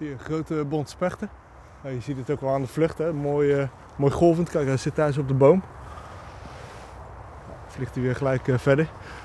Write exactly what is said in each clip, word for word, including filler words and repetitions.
Hier, grote bonte spechten. Nou, je ziet het ook wel aan de vlucht, hè. Mooi, uh, mooi golvend. Kijk, hij zit thuis op de boom. Vliegt hij weer gelijk uh, verder.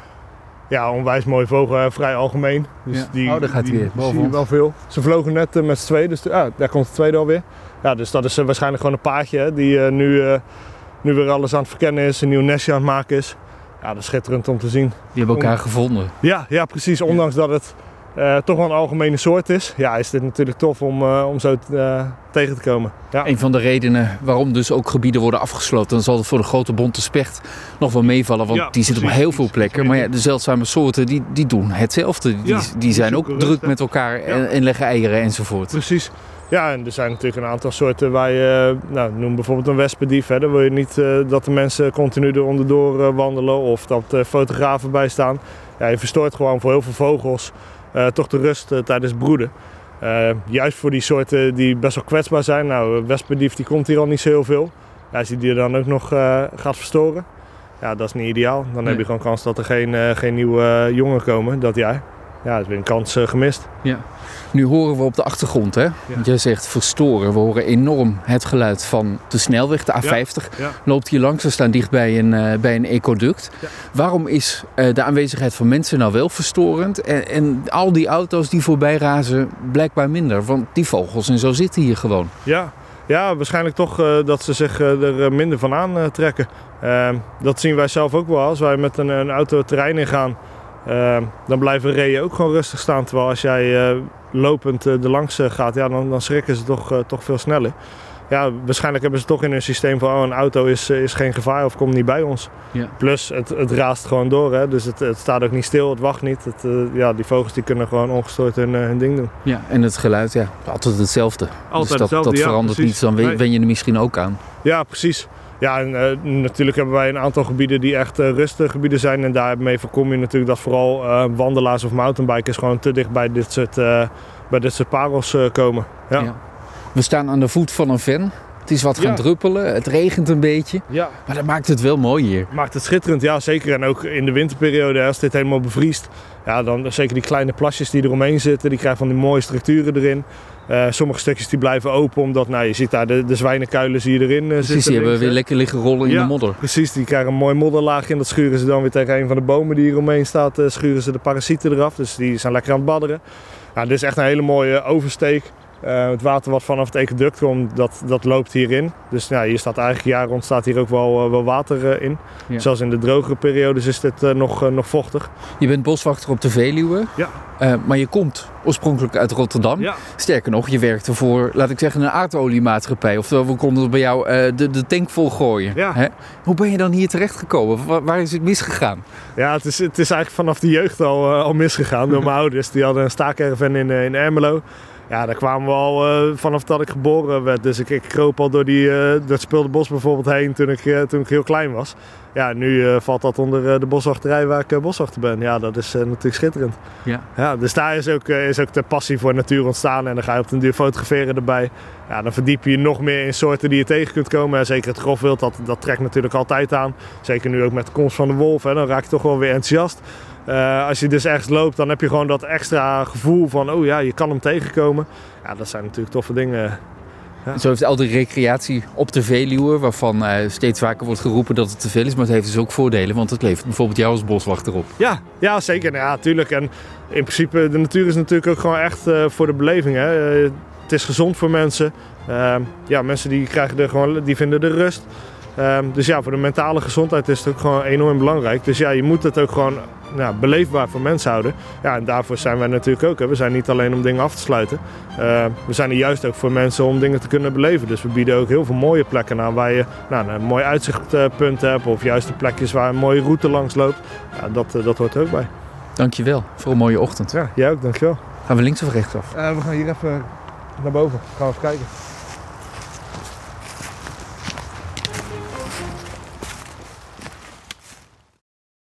Ja, onwijs mooi vogel, uh, vrij algemeen. Dus ja. die, oh, daar gaat die, hij weer. die zie je wel veel. Ze vlogen net uh, met z'n tweeën, dus de, ah, daar komt de tweede alweer. Ja, dus dat is uh, waarschijnlijk gewoon een paardje, hè, die uh, nu, uh, nu weer alles aan het verkennen is, een nieuw nestje aan het maken is. Ja, dat is schitterend om te zien. Die hebben elkaar om... gevonden. Ja, ja, precies. Ondanks ja. dat het uh, toch wel een algemene soort is, ja, is dit natuurlijk tof om, uh, om zo uh, tegen te komen. Ja. Een van de redenen waarom dus ook gebieden worden afgesloten, dan zal het voor de grote bonte specht nog wel meevallen, want ja, die zit op heel veel plekken. Maar ja, de zeldzame soorten die, die doen hetzelfde. Die, ja, die zijn ook druk met elkaar ja. en, en leggen eieren enzovoort. Precies. Ja, en er zijn natuurlijk een aantal soorten waar je, nou, noem bijvoorbeeld een wespendief. Hè. Dan wil je niet uh, dat de mensen continu er onderdoor uh, wandelen of dat uh, fotografen bij staan. Ja, je verstoort gewoon voor heel veel vogels uh, toch de rust uh, tijdens broeden. Uh, juist voor die soorten die best wel kwetsbaar zijn. Nou, een wespendief die komt hier al niet zo heel veel. Ja, als je die dan ook nog uh, gaat verstoren, ja, dat is niet ideaal. Dan nee. heb je gewoon kans dat er geen, uh, geen nieuwe uh, jongen komen dat jaar. Ja, dat is weer een kans uh, gemist. Ja. Nu horen we op de achtergrond, hè? Ja. Want jij zegt verstoren. We horen enorm het geluid van de snelweg, de A vijftig. Ja. Ja. Loopt hier langs, we staan dicht bij een, uh, bij een ecoduct. Ja. Waarom is uh, de aanwezigheid van mensen nou wel verstorend? En, en al die auto's die voorbij razen blijkbaar minder. Want die vogels en zo zitten hier gewoon. Ja, ja waarschijnlijk toch uh, dat ze zich uh, er minder van aantrekken. Uh, dat zien wij zelf ook wel. Als wij met een, een auto het terrein ingaan, Uh, dan blijven reeën ook gewoon rustig staan. Terwijl als jij uh, lopend uh, erlangs uh, gaat, ja, dan, dan schrikken ze toch, uh, toch veel sneller. Ja, waarschijnlijk hebben ze toch in hun systeem van oh, een auto is, uh, is geen gevaar of komt niet bij ons. Ja. Plus het, het raast gewoon door, hè? Dus het, het staat ook niet stil, het wacht niet. Het, uh, ja, die vogels die kunnen gewoon ongestoord hun, uh, hun ding doen. Ja, en het geluid, ja, altijd hetzelfde. Altijd dus dat, hetzelfde, dat ja, verandert precies. niet, dan wen, wen je er misschien ook aan. Ja, precies. Ja, en uh, natuurlijk hebben wij een aantal gebieden die echt uh, rustgebieden zijn. En daarmee voorkom je natuurlijk dat vooral uh, wandelaars of mountainbikers gewoon te dicht bij dit soort, uh, bij dit soort parels uh, komen. Ja. Ja. We staan aan de voet van een ven. Het is wat gaan ja. druppelen, het regent een beetje. Ja. Maar dat maakt het wel mooi hier. Maakt het schitterend, ja zeker. En ook in de winterperiode, als dit helemaal bevriest. Ja, dan zeker die kleine plasjes die eromheen zitten, die krijgen van die mooie structuren erin. Uh, sommige stukjes die blijven open, omdat nou, je ziet daar de, de zwijnenkuilen zie je erin uh, precies, zitten. Die hebben weer lekker liggen rollen in ja, de modder. Precies, die krijgen een mooi modderlaagje en dat schuren ze dan weer tegen een van de bomen die hier omheen staat. Uh, schuren ze de parasieten eraf, dus die zijn lekker aan het badderen. Nou, dit is echt een hele mooie oversteek. Uh, het water wat vanaf het ecoduct komt, dat, dat loopt hierin. Dus nou, hier staat eigenlijk jaar rond staat hier ook wel, uh, wel water uh, in. Ja. Zelfs in de drogere periodes is dit uh, nog, uh, nog vochtig. Je bent boswachter op de Veluwe, ja. uh, maar je komt oorspronkelijk uit Rotterdam. Ja. Sterker nog, je werkte voor, laat ik zeggen, een aardoliemaatschappij. Oftewel, we konden bij jou uh, de, de tank vol gooien. Ja. Hè? Hoe ben je dan hier terechtgekomen? Waar, waar is het misgegaan? Ja, het is, het is eigenlijk vanaf de jeugd al, uh, al misgegaan door mijn ouders. Die hadden een staakerven in, uh, in Ermelo. Ja, daar kwamen we al uh, vanaf dat ik geboren werd. Dus ik, ik kroop al door die, uh, dat Speeldenbosch bijvoorbeeld heen toen ik, uh, toen ik heel klein was. Ja, nu uh, valt dat onder uh, de boswachterij waar ik uh, boswachter ben. Ja, dat is uh, natuurlijk schitterend. Ja. Ja, dus daar is ook, uh, is ook de passie voor natuur ontstaan. En dan ga je op den duur fotograferen erbij. Ja, dan verdiep je je nog meer in soorten die je tegen kunt komen. En zeker het grofwild, dat, dat trekt natuurlijk altijd aan. Zeker nu ook met de komst van de wolf. Hè, dan raak je toch wel weer enthousiast. Uh, als je dus ergens loopt, dan heb je gewoon dat extra gevoel van, oh ja, je kan hem tegenkomen. Ja, dat zijn natuurlijk toffe dingen. Ja. Zo heeft al die recreatie op de Veluwe, waarvan uh, steeds vaker wordt geroepen dat het te veel is. Maar het heeft dus ook voordelen, want het levert bijvoorbeeld jou als boswachter op. Ja, ja zeker. Ja, tuurlijk. En in principe, de natuur is natuurlijk ook gewoon echt uh, voor de beleving. Hè. Uh, het is gezond voor mensen. Uh, ja, mensen die krijgen er gewoon, die vinden de rust. Uh, dus ja, voor de mentale gezondheid is het ook gewoon enorm belangrijk. Dus ja, je moet het ook gewoon nou, beleefbaar voor mensen houden. Ja, en daarvoor zijn wij natuurlijk ook. Hè. We zijn niet alleen om dingen af te sluiten. Uh, we zijn er juist ook voor mensen om dingen te kunnen beleven. Dus we bieden ook heel veel mooie plekken aan waar je nou, een mooi uitzichtpunt hebt. Of juist de plekjes waar een mooie route langs loopt. Ja, dat, uh, dat hoort er ook bij. Dankjewel voor een mooie ochtend. Ja, jij ook, dankjewel. Gaan we links of rechtsaf? Uh, we gaan hier even naar boven. Gaan we even kijken.